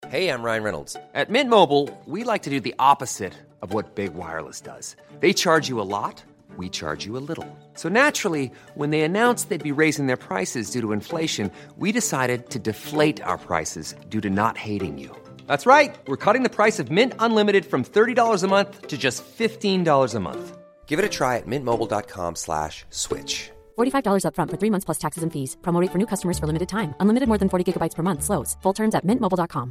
Hey, I'm Ryan Reynolds. At Mint Mobile, we like to do the opposite of what Big Wireless does. They charge you a lot, we charge you a little. So naturally, when they announced they'd be raising their prices due to inflation, we decided to deflate our prices due to not hating you. That's right. We're cutting the price of Mint Unlimited from $30 a month to just $15 a month. Give it a try at mintmobile.com/switch. $45 up front for 3 months plus taxes and fees. Promo rate for new customers for limited time. Unlimited more than 40 gigabytes per month. Slows full terms at mintmobile.com.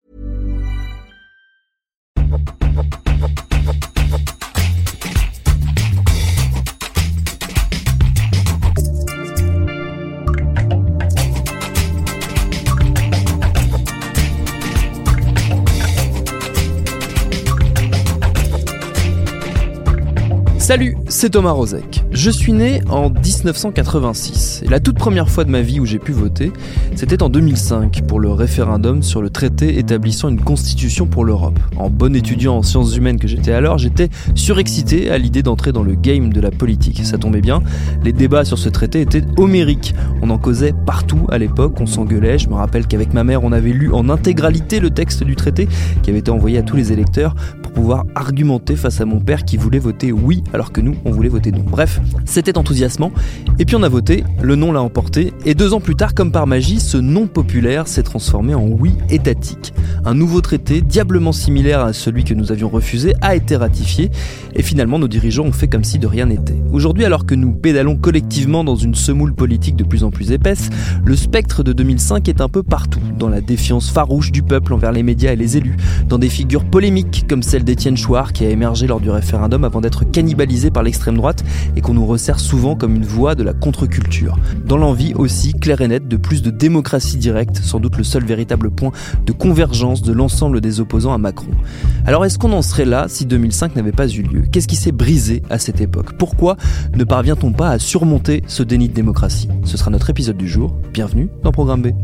Salut, c'est Thomas Rozek. Je suis né en 1986 et la toute première fois de ma vie où j'ai pu voter, c'était en 2005 pour le référendum sur le traité établissant une constitution pour l'Europe. En bon étudiant en sciences humaines que j'étais alors, j'étais surexcité à l'idée d'entrer dans le game de la politique. Ça tombait bien, les débats sur ce traité étaient homériques. On en causait partout à l'époque, on s'engueulait. Je me rappelle qu'avec ma mère, on avait lu en intégralité le texte du traité qui avait été envoyé à tous les électeurs pour pouvoir argumenter face à mon père qui voulait voter oui alors que nous, on voulait voter non. Bref, c'était enthousiasmant. Et puis on a voté, le non l'a emporté, et 2 ans plus tard, comme par magie, ce non populaire s'est transformé en oui étatique. Un nouveau traité, diablement similaire à celui que nous avions refusé, a été ratifié, et finalement nos dirigeants ont fait comme si de rien n'était. Aujourd'hui, alors que nous pédalons collectivement dans une semoule politique de plus en plus épaisse, le spectre de 2005 est un peu partout, dans la défiance farouche du peuple envers les médias et les élus, dans des figures polémiques comme celle d'Étienne Chouard qui a émergé lors du référendum avant d'être cannibalisé par l'extrême droite et qu'on nous resserre souvent comme une voix de la contre-culture. Dans l'envie aussi claire et nette de plus de démocratie directe, sans doute le seul véritable point de convergence de l'ensemble des opposants à Macron. Alors est-ce qu'on en serait là si 2005 n'avait pas eu lieu ? Qu'est-ce qui s'est brisé à cette époque ? Pourquoi ne parvient-on pas à surmonter ce déni de démocratie ? Ce sera notre épisode du jour. Bienvenue dans Programme B.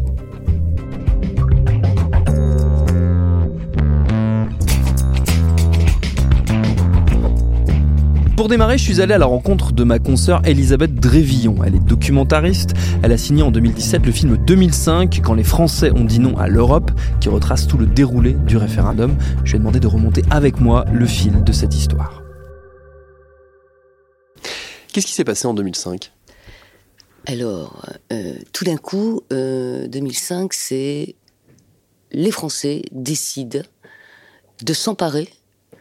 Pour démarrer, je suis allé à la rencontre de ma consoeur Elisabeth Drévillon. Elle est documentariste. Elle a signé en 2017 le film 2005, Quand les Français ont dit non à l'Europe, qui retrace tout le déroulé du référendum. Je lui ai demandé de remonter avec moi le fil de cette histoire. Qu'est-ce qui s'est passé en 2005 ? Alors, tout d'un coup, 2005, c'est les Français décident de s'emparer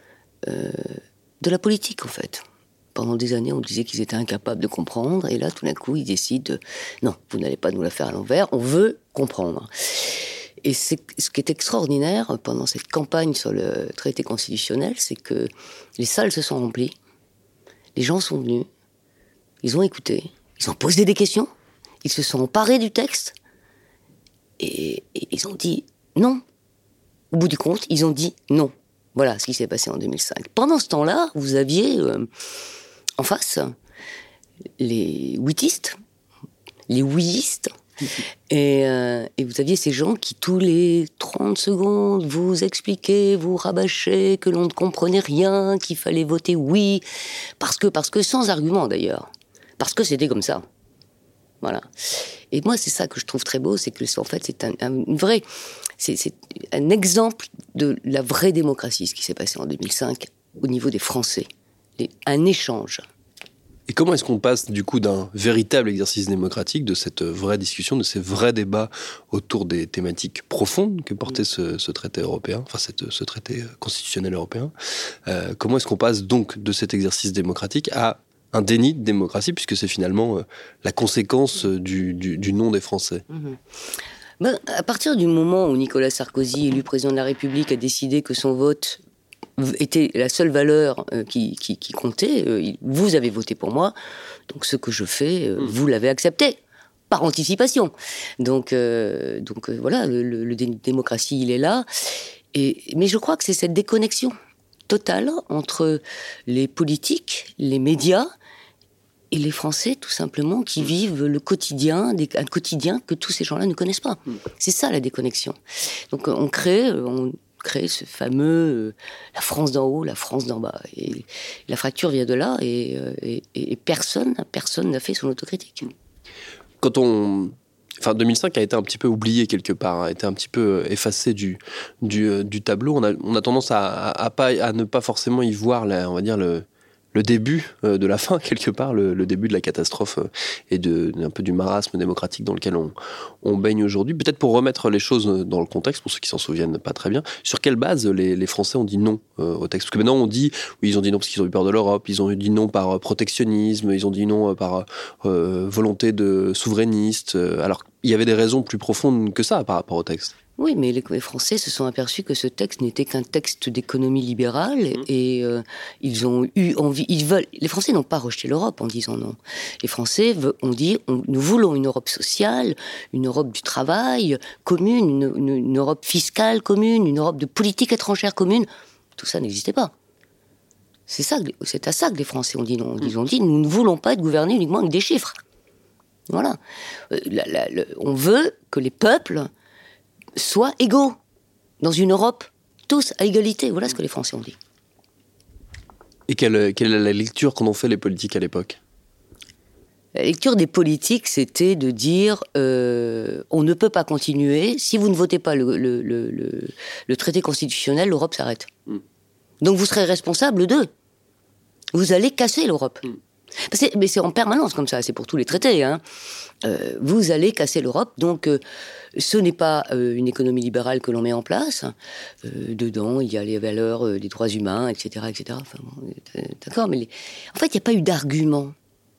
de la politique, en fait. Pendant des années, on disait qu'ils étaient incapables de comprendre, et là, tout d'un coup, ils décident non, vous n'allez pas nous la faire à l'envers, on veut comprendre. Et ce qui est extraordinaire pendant cette campagne sur le traité constitutionnel, c'est que les salles se sont remplies, les gens sont venus, ils ont écouté, ils ont posé des questions, ils se sont emparés du texte, et ils ont dit non. Au bout du compte, ils ont dit non. Voilà ce qui s'est passé en 2005. Pendant ce temps-là, vous aviez en face les ouitistes, les ouiistes, et vous aviez ces gens qui, tous les 30 secondes, vous expliquaient, vous rabâchaient que l'on ne comprenait rien, qu'il fallait voter oui, parce que sans argument d'ailleurs, parce que c'était comme ça. Voilà. Et moi, c'est ça que je trouve très beau, c'est que en fait, c'est c'est un exemple de la vraie démocratie, ce qui s'est passé en 2005 au niveau des Français. Un échange. Et comment est-ce qu'on passe du coup d'un véritable exercice démocratique, de cette vraie discussion, de ces vrais débats autour des thématiques profondes que portait ce traité européen, enfin ce traité constitutionnel européen, comment est-ce qu'on passe donc de cet exercice démocratique à un déni de démocratie, puisque c'est finalement la conséquence du non des Français. À partir du moment où Nicolas Sarkozy, élu président de la République, a décidé que son vote était la seule valeur qui comptait, vous avez voté pour moi, donc ce que je fais, vous l'avez accepté, par anticipation. Donc voilà, le déni de démocratie, il est là. Mais je crois que c'est cette déconnexion totale entre les politiques, les médias et les Français, tout simplement, qui vivent le quotidien, un quotidien que tous ces gens-là ne connaissent pas. C'est ça, la déconnexion. Donc on crée ce fameux la France d'en haut, la France d'en bas. Et la fracture vient de là, et personne n'a fait son autocritique. Quand on Enfin, 2005 a été un petit peu oublié quelque part, a été un petit peu effacé du tableau. On a tendance à ne pas forcément y voir, on va dire, le début de la fin, quelque part, le début de la catastrophe et un peu du marasme démocratique dans lequel on baigne aujourd'hui. Peut-être pour remettre les choses dans le contexte, pour ceux qui s'en souviennent pas très bien, sur quelle base les Français ont dit non au texte? Parce que maintenant on dit, oui, ils ont dit non parce qu'ils ont eu peur de l'Europe, ils ont dit non par protectionnisme, ils ont dit non par volonté de souverainiste, alors il y avait des raisons plus profondes que ça par rapport au texte. Oui, mais les Français se sont aperçus que ce texte n'était qu'un texte d'économie libérale et ils ont eu envie. Les Français n'ont pas rejeté l'Europe en disant non. Les Français ont dit nous voulons une Europe sociale, une Europe du travail commune, une Europe fiscale commune, une Europe de politique étrangère commune. Tout ça n'existait pas. C'est à ça que les Français ont dit non. Ils ont dit nous ne voulons pas être gouvernés uniquement avec des chiffres. Voilà. On veut que les peuples soient égaux dans une Europe, tous à égalité. Voilà ce que les Français ont dit. Et quelle est la lecture qu'en ont fait les politiques à l'époque? La lecture des politiques, c'était de dire on ne peut pas continuer. Si vous ne votez pas le traité constitutionnel, l'Europe s'arrête. Donc vous serez responsable d'eux. Vous allez casser l'Europe. Mais c'est en permanence comme ça, c'est pour tous les traités. Vous allez casser l'Europe, donc ce n'est pas une économie libérale que l'on met en place. Dedans, il y a les valeurs des droits humains, etc. etc. Enfin, bon, d'accord, mais en fait, il n'y a pas eu d'argument.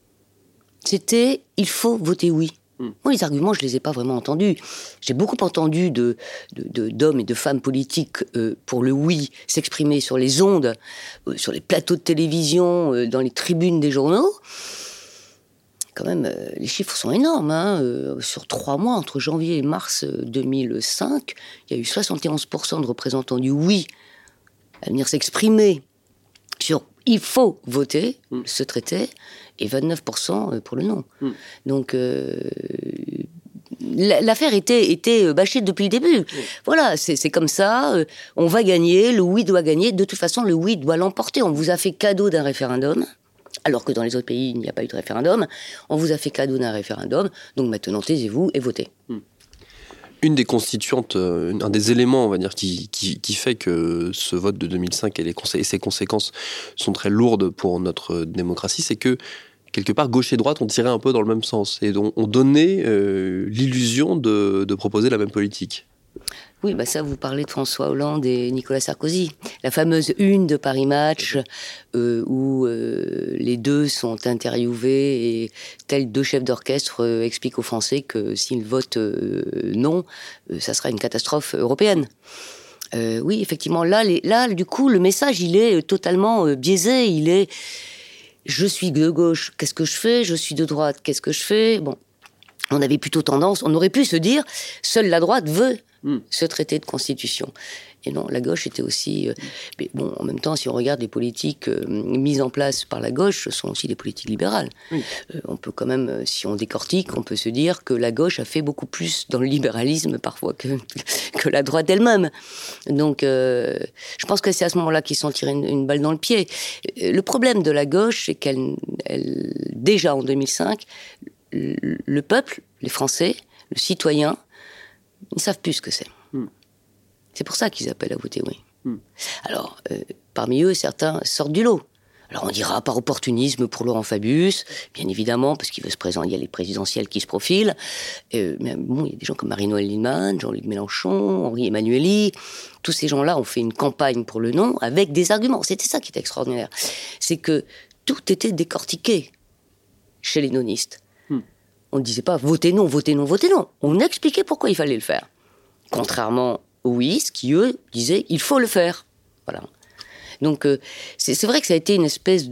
C'était « il faut voter oui ». Moi, les arguments, je ne les ai pas vraiment entendus. J'ai beaucoup entendu d'hommes et de femmes politiques pour le oui s'exprimer sur les ondes, sur les plateaux de télévision, dans les tribunes des journaux. Quand même, les chiffres sont énormes. Sur 3 mois, entre janvier et mars 2005, il y a eu 71% de représentants du oui à venir s'exprimer sur « il faut voter ce traité » et 29% pour le non. Donc, l'affaire était bâchée depuis le début. Voilà, c'est comme ça, on va gagner, le oui doit gagner, de toute façon, le oui doit l'emporter. On vous a fait cadeau d'un référendum, alors que dans les autres pays, il n'y a pas eu de référendum. On vous a fait cadeau d'un référendum, donc maintenant, taisez-vous et votez. Une des constituantes, un des éléments, on va dire, qui fait que ce vote de 2005 et ses conséquences sont très lourdes pour notre démocratie, c'est que quelque part, gauche et droite ont tiré un peu dans le même sens et ont donné l'illusion de proposer la même politique. Oui, ça, vous parlez de François Hollande et Nicolas Sarkozy. La fameuse une de Paris Match, où les deux sont interviewés et tels 2 chefs d'orchestre expliquent aux Français que s'ils votent non, ça sera une catastrophe européenne. Oui, effectivement, là, du coup, le message, il est totalement biaisé. Il est je suis de gauche, qu'est-ce que je fais? Je suis de droite, qu'est-ce que je fais? Bon, on avait plutôt tendance, on aurait pu se dire, seule la droite veut ce traité de constitution. Et non, la gauche était aussi... mais bon, en même temps, si on regarde les politiques mises en place par la gauche, ce sont aussi des politiques libérales. On peut quand même, si on décortique, on peut se dire que la gauche a fait beaucoup plus dans le libéralisme parfois que la droite elle-même. Donc, je pense que c'est à ce moment-là qu'ils se sont tirés une balle dans le pied. Le problème de la gauche, c'est qu'elle déjà en 2005, le peuple, les Français, le citoyen, ils ne savent plus ce que c'est. C'est pour ça qu'ils appellent à voter oui. Alors, parmi eux, certains sortent du lot. Alors on dira par opportunisme pour Laurent Fabius, bien évidemment, parce qu'il veut se présenter, il y a les présidentielles qui se profilent. Mais bon, il y a des gens comme Marie-Noëlle Lienemann, Jean-Luc Mélenchon, Henri Emmanuelli. Tous ces gens-là ont fait une campagne pour le non avec des arguments. C'était ça qui était extraordinaire. C'est que tout était décortiqué chez les nonistes. On ne disait pas votez non, votez non, votez non. On expliquait pourquoi il fallait le faire. Contrairement aux oui, qui eux disaient il faut le faire. Voilà. Donc c'est vrai que ça a été une espèce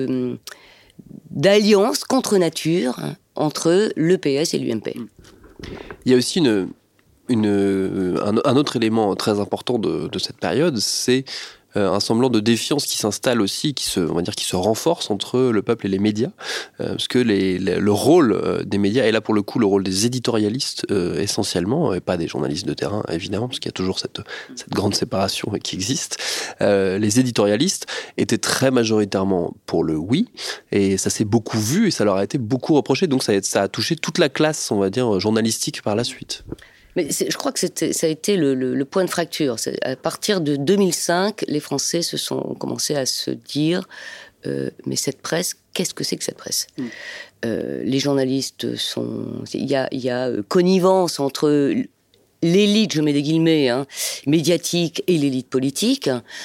d'alliance contre nature entre le PS et l'UMP. Il y a aussi un autre élément très important de cette période, c'est un semblant de défiance qui s'installe aussi, qui se renforce entre le peuple et les médias, parce que le rôle des médias, et là pour le coup le rôle des éditorialistes essentiellement, et pas des journalistes de terrain évidemment, parce qu'il y a toujours cette grande séparation qui existe, les éditorialistes étaient très majoritairement pour le oui, et ça s'est beaucoup vu, et ça leur a été beaucoup reproché, donc ça a touché toute la classe, on va dire, journalistique par la suite. Mais je crois que ça a été le point de fracture. À partir de 2005, les Français ont commencé à se dire mais cette presse, qu'est-ce que c'est que cette presse ? Les journalistes il y a connivence entre l'élite, je mets des guillemets, médiatique et l'élite politique.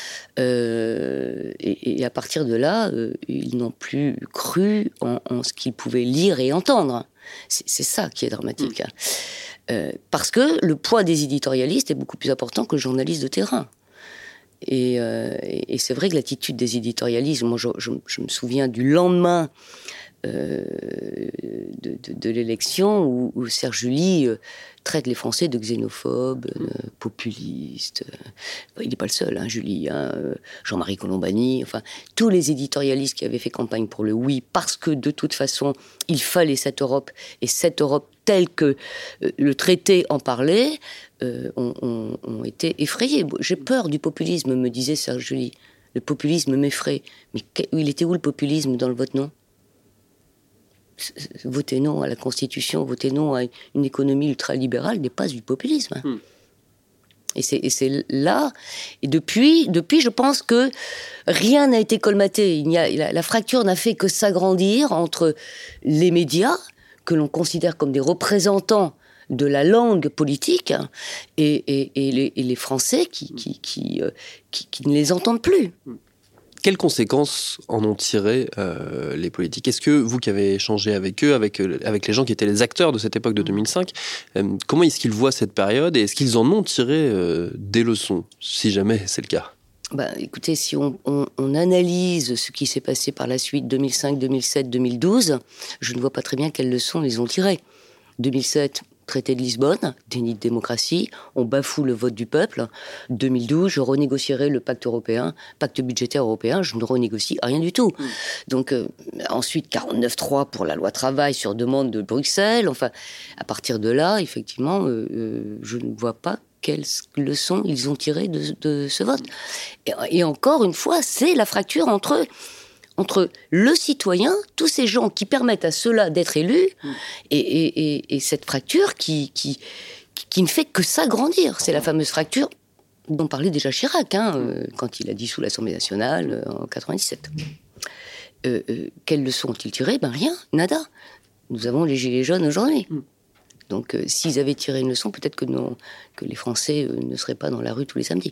Et à partir de là, ils n'ont plus cru en ce qu'ils pouvaient lire et entendre. C'est ça qui est dramatique. Parce que le poids des éditorialistes est beaucoup plus important que le journaliste de terrain. Et c'est vrai que l'attitude des éditorialistes, moi je me souviens du lendemain de l'élection où Serge July traite les Français de xénophobes, populistes. Il n'est pas le seul, July, Jean-Marie Colombani, enfin tous les éditorialistes qui avaient fait campagne pour le oui, parce que de toute façon il fallait cette Europe, et cette Europe telle que le traité en parlait, ont été effrayés. J'ai peur du populisme, me disait Serge July. Le populisme m'effraie. Mais il était où le populisme dans le vote non ? Voter non à la Constitution, voter non à une économie ultralibérale n'est pas du populisme. Et c'est là. Et depuis, je pense que rien n'a été colmaté. La fracture n'a fait que s'agrandir entre les médias, que l'on considère comme des représentants de la langue politique, et les Français qui ne les entendent plus. Quelles conséquences en ont tiré les politiques ? Est-ce que vous qui avez échangé avec eux, avec les gens qui étaient les acteurs de cette époque de 2005, comment est-ce qu'ils voient cette période et est-ce qu'ils en ont tiré des leçons, si jamais c'est le cas ? Écoutez, si on analyse ce qui s'est passé par la suite, 2005, 2007, 2012, je ne vois pas très bien quelles leçons ils ont tirées. 2007, traité de Lisbonne, déni de démocratie, on bafoue le vote du peuple. 2012, je renégocierai le pacte budgétaire européen, je ne renégocie rien du tout. Donc, ensuite, 49.3 pour la loi travail sur demande de Bruxelles. Enfin, à partir de là, effectivement, je ne vois pas quelles leçons ils ont tirées de ce vote. Et encore une fois, c'est la fracture entre le citoyen, tous ces gens qui permettent à ceux-là d'être élus, et cette fracture qui ne fait que s'agrandir. C'est la fameuse fracture dont parlait déjà Chirac, quand il a dissous l'Assemblée nationale en 97. Quelles leçons ont-ils tirées ? Rien, nada. Nous avons les gilets jaunes aujourd'hui. Donc s'ils avaient tiré une leçon, peut-être que les Français ne seraient pas dans la rue tous les samedis.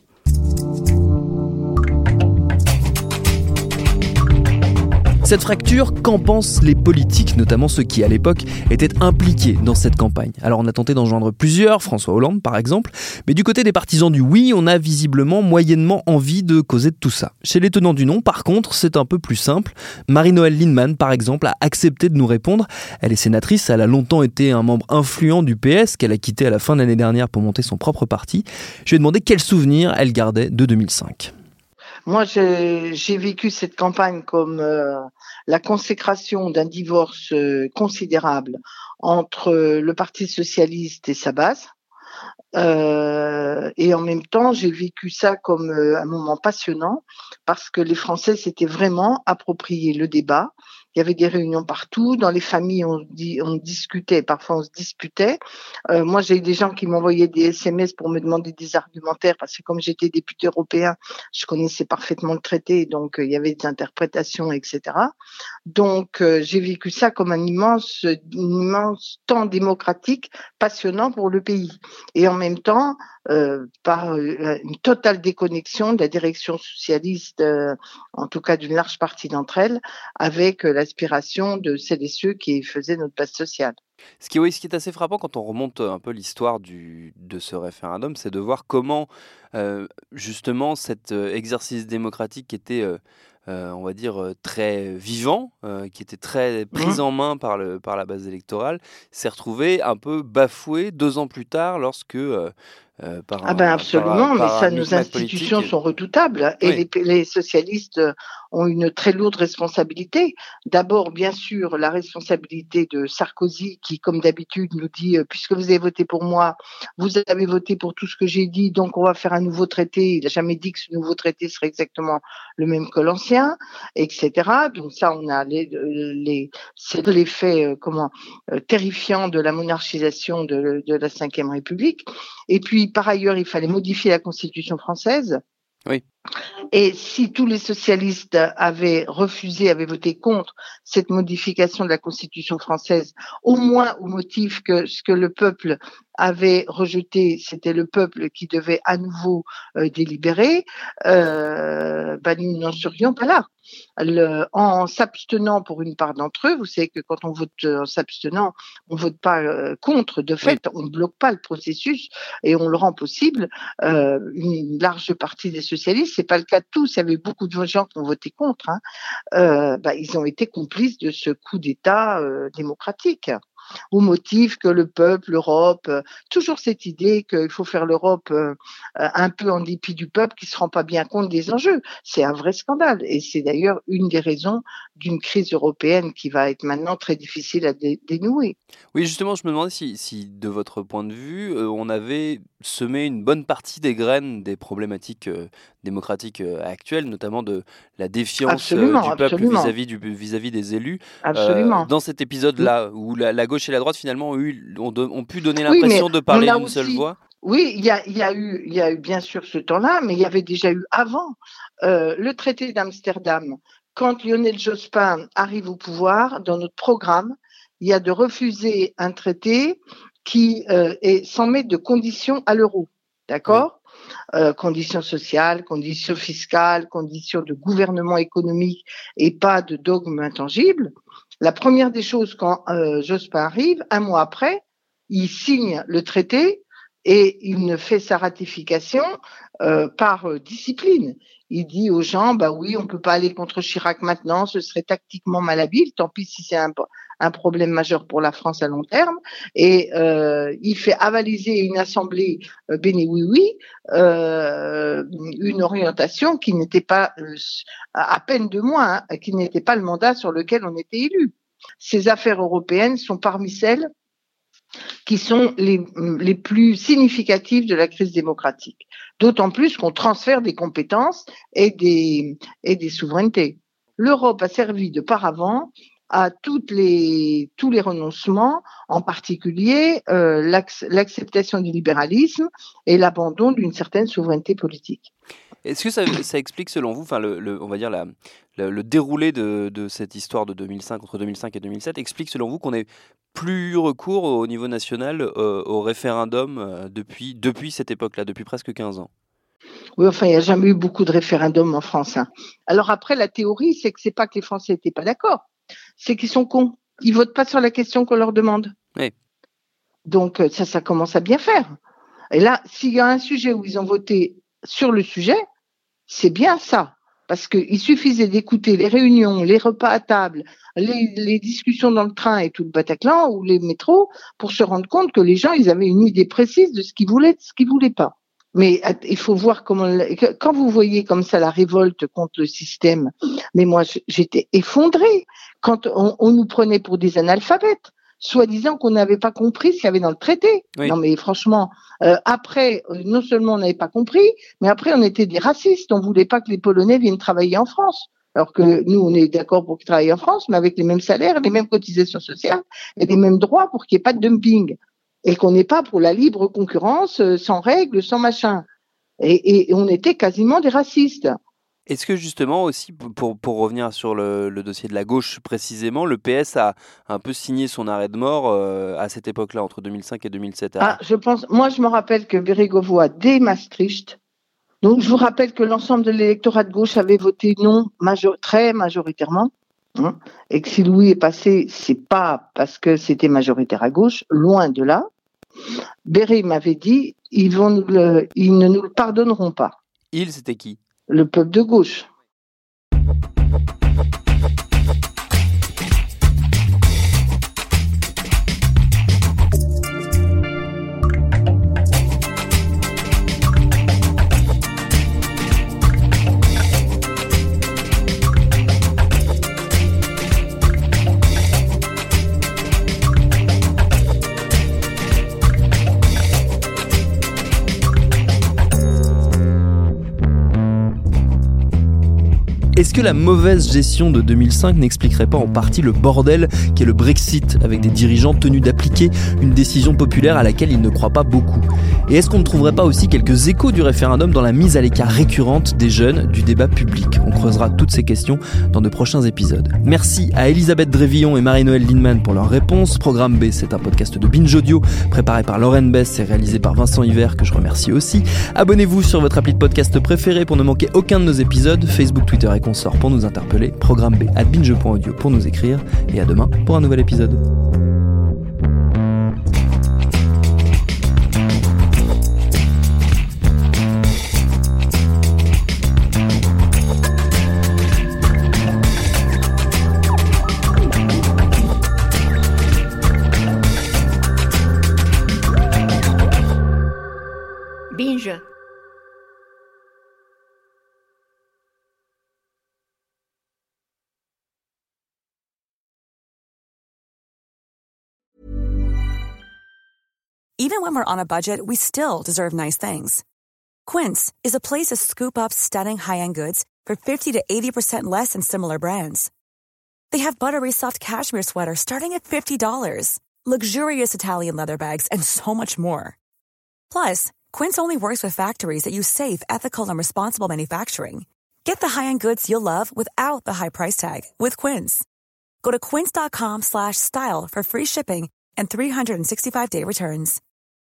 Cette fracture, qu'en pensent les politiques, notamment ceux qui, à l'époque, étaient impliqués dans cette campagne ? Alors on a tenté d'en joindre plusieurs, François Hollande par exemple, mais du côté des partisans du oui, on a visiblement moyennement envie de causer de tout ça. Chez les tenants du non, par contre, c'est un peu plus simple. Marie-Noëlle Lienemann, par exemple, a accepté de nous répondre. Elle est sénatrice, elle a longtemps été un membre influent du PS, qu'elle a quitté à la fin de l'année dernière pour monter son propre parti. Je lui ai demandé quels souvenirs elle gardait de 2005. Moi, j'ai vécu cette campagne comme la consécration d'un divorce considérable entre le Parti socialiste et sa base. Et en même temps, j'ai vécu ça comme un moment passionnant parce que les Français s'étaient vraiment approprié le débat. Il y avait des réunions partout. Dans les familles, on discutait, parfois on se disputait. Moi, j'ai eu des gens qui m'envoyaient des SMS pour me demander des argumentaires parce que comme j'étais député européen, je connaissais parfaitement le traité, donc il y avait des interprétations, etc. Donc, j'ai vécu ça comme un immense temps démocratique passionnant pour le pays. Et en même temps, par une totale déconnexion de la direction socialiste, en tout cas d'une large partie d'entre elles, avec l'aspiration de celles et ceux qui faisaient notre base sociale. Ce qui est assez frappant quand on remonte un peu l'histoire de ce référendum, c'est de voir comment justement cet exercice démocratique qui était, on va dire, très vivant, qui était très pris en main par la base électorale, s'est retrouvé un peu bafoué 2 ans plus tard lorsque Absolument, mais ça, nos institutions politique. sont redoutables et les socialistes ont une très lourde responsabilité. D'abord, bien sûr, la responsabilité de Sarkozy qui, comme d'habitude, nous dit « puisque vous avez voté pour moi, vous avez voté pour tout ce que j'ai dit, donc on va faire un nouveau traité ». Il n'a jamais dit que ce nouveau traité serait exactement le même que l'ancien, etc. Donc ça, on a c'est l'effet terrifiant de la monarchisation de la Ve République. Et puis, par ailleurs, il fallait modifier la Constitution française. Oui. Et si tous les socialistes avaient voté contre cette modification de la Constitution française, au moins au motif que ce que le peuple avait rejeté, c'était le peuple qui devait à nouveau délibérer, nous n'en serions pas là. En s'abstenant pour une part d'entre eux, vous savez que quand on vote en s'abstenant, on vote pas contre, de fait, on ne bloque pas le processus et on le rend possible. Une large partie des socialistes, c'est pas le cas de tous, il y avait beaucoup de gens qui ont voté contre, ils ont été complices de ce coup d'État démocratique. Au motif que le peuple, l'Europe, toujours cette idée qu'il faut faire l'Europe un peu en dépit du peuple qui se rend pas bien compte des enjeux. C'est un vrai scandale et c'est d'ailleurs une des raisons d'une crise européenne qui va être maintenant très difficile à dénouer. Oui, justement, je me demandais si de votre point de vue, on avait semé une bonne partie des graines des problématiques démocratiques actuelles, notamment de la défiance du peuple vis-à-vis des élus. Absolument. Dans cet épisode-là, où la gauche et la droite finalement ont pu donner l'impression de parler d'une seule voix. Oui, il y a eu bien sûr ce temps-là, mais il y avait déjà eu avant le traité d'Amsterdam. Quand Lionel Jospin arrive au pouvoir, dans notre programme, il y a de refuser un traité qui est sans mettre de conditions à l'euro. D'accord ? Conditions sociales, conditions fiscales, conditions de gouvernement économique et pas de dogme intangible. La première des choses, quand Jospin arrive, un mois après, il signe le traité et il ne fait sa ratification par discipline. Il dit aux gens, oui, on peut pas aller contre Chirac maintenant, ce serait tactiquement malhabile, tant pis si c'est un problème majeur pour la France à long terme. Et il fait avaliser une assemblée une orientation qui n'était pas à peine 2 mois, qui n'était pas le mandat sur lequel on était élu. Ces affaires européennes sont parmi celles qui sont les plus significatives de la crise démocratique. D'autant plus qu'on transfère des compétences et des souverainetés. L'Europe a servi de paravent à tous les renoncements, en particulier l'acceptation du libéralisme et l'abandon d'une certaine souveraineté politique. Est-ce que ça explique selon vous, on va dire le déroulé de cette histoire de 2005 entre 2005 et 2007 explique selon vous qu'on ait plus eu recours au niveau national au référendum depuis cette époque-là, depuis presque 15 ans? Oui, il n'y a jamais eu beaucoup de référendums en France. Alors après, la théorie, c'est que c'est pas que les Français n'étaient pas d'accord, c'est qu'ils sont cons. Ils votent pas sur la question qu'on leur demande. Oui. Donc ça commence à bien faire. Et là, s'il y a un sujet où ils ont voté sur le sujet, c'est bien ça. Parce qu'il suffisait d'écouter les réunions, les repas à table, les discussions dans le train et tout le Bataclan ou les métros pour se rendre compte que les gens, ils avaient une idée précise de ce qu'ils voulaient, de ce qu'ils voulaient pas. Mais il faut voir quand vous voyez comme ça la révolte contre le système, mais moi j'étais effondrée quand on nous prenait pour des analphabètes, soi-disant qu'on n'avait pas compris ce qu'il y avait dans le traité. Oui. Non mais franchement, après, non seulement on n'avait pas compris, mais après on était des racistes, on voulait pas que les Polonais viennent travailler en France. Alors que nous, on est d'accord pour qu'ils travaillent en France, mais avec les mêmes salaires, les mêmes cotisations sociales et les mêmes droits pour qu'il n'y ait pas de dumping. Et qu'on n'est pas pour la libre concurrence, sans règles, sans machin. Et on était quasiment des racistes. Est-ce que justement aussi, pour revenir sur le dossier de la gauche précisément, le PS a un peu signé son arrêt de mort à cette époque-là, entre 2005 et 2007? Je me rappelle que Bérégovoy, dès Maastricht, donc je vous rappelle que l'ensemble de l'électorat de gauche avait voté non très majoritairement. Et que si Louis est passé, c'est pas parce que c'était majoritaire à gauche, loin de là. Béré m'avait dit, ils ne nous le pardonneront pas. Ils, c'était qui? Le peuple de gauche. Est-ce que la mauvaise gestion de 2005 n'expliquerait pas en partie le bordel qu'est le Brexit, avec des dirigeants tenus d'appliquer une décision populaire à laquelle ils ne croient pas beaucoup? Et est-ce qu'on ne trouverait pas aussi quelques échos du référendum dans la mise à l'écart récurrente des jeunes du débat public? On creusera toutes ces questions dans de prochains épisodes. Merci à Elisabeth Drévillon et Marie-Noëlle Lindemann pour leurs réponses. Programme B, c'est un podcast de Binge Audio préparé par Lauren Bess et réalisé par Vincent Hiver, que je remercie aussi. Abonnez-vous sur votre appli de podcast préféré pour ne manquer aucun de nos épisodes. Facebook, Twitter et consorts pour nous interpeller. Programme B @binge.audio pour nous écrire. Et à demain pour un nouvel épisode. Binge. Even when we're on a budget, we still deserve nice things. Quince is a place to scoop up stunning high-end goods for 50 to 80% less than similar brands. They have buttery soft cashmere sweaters starting at $50, luxurious Italian leather bags, and so much more. Plus, Quince only works with factories that use safe, ethical, and responsible manufacturing. Get the high-end goods you'll love without the high price tag with Quince. Go to quince.com/style for free shipping and 365-day returns.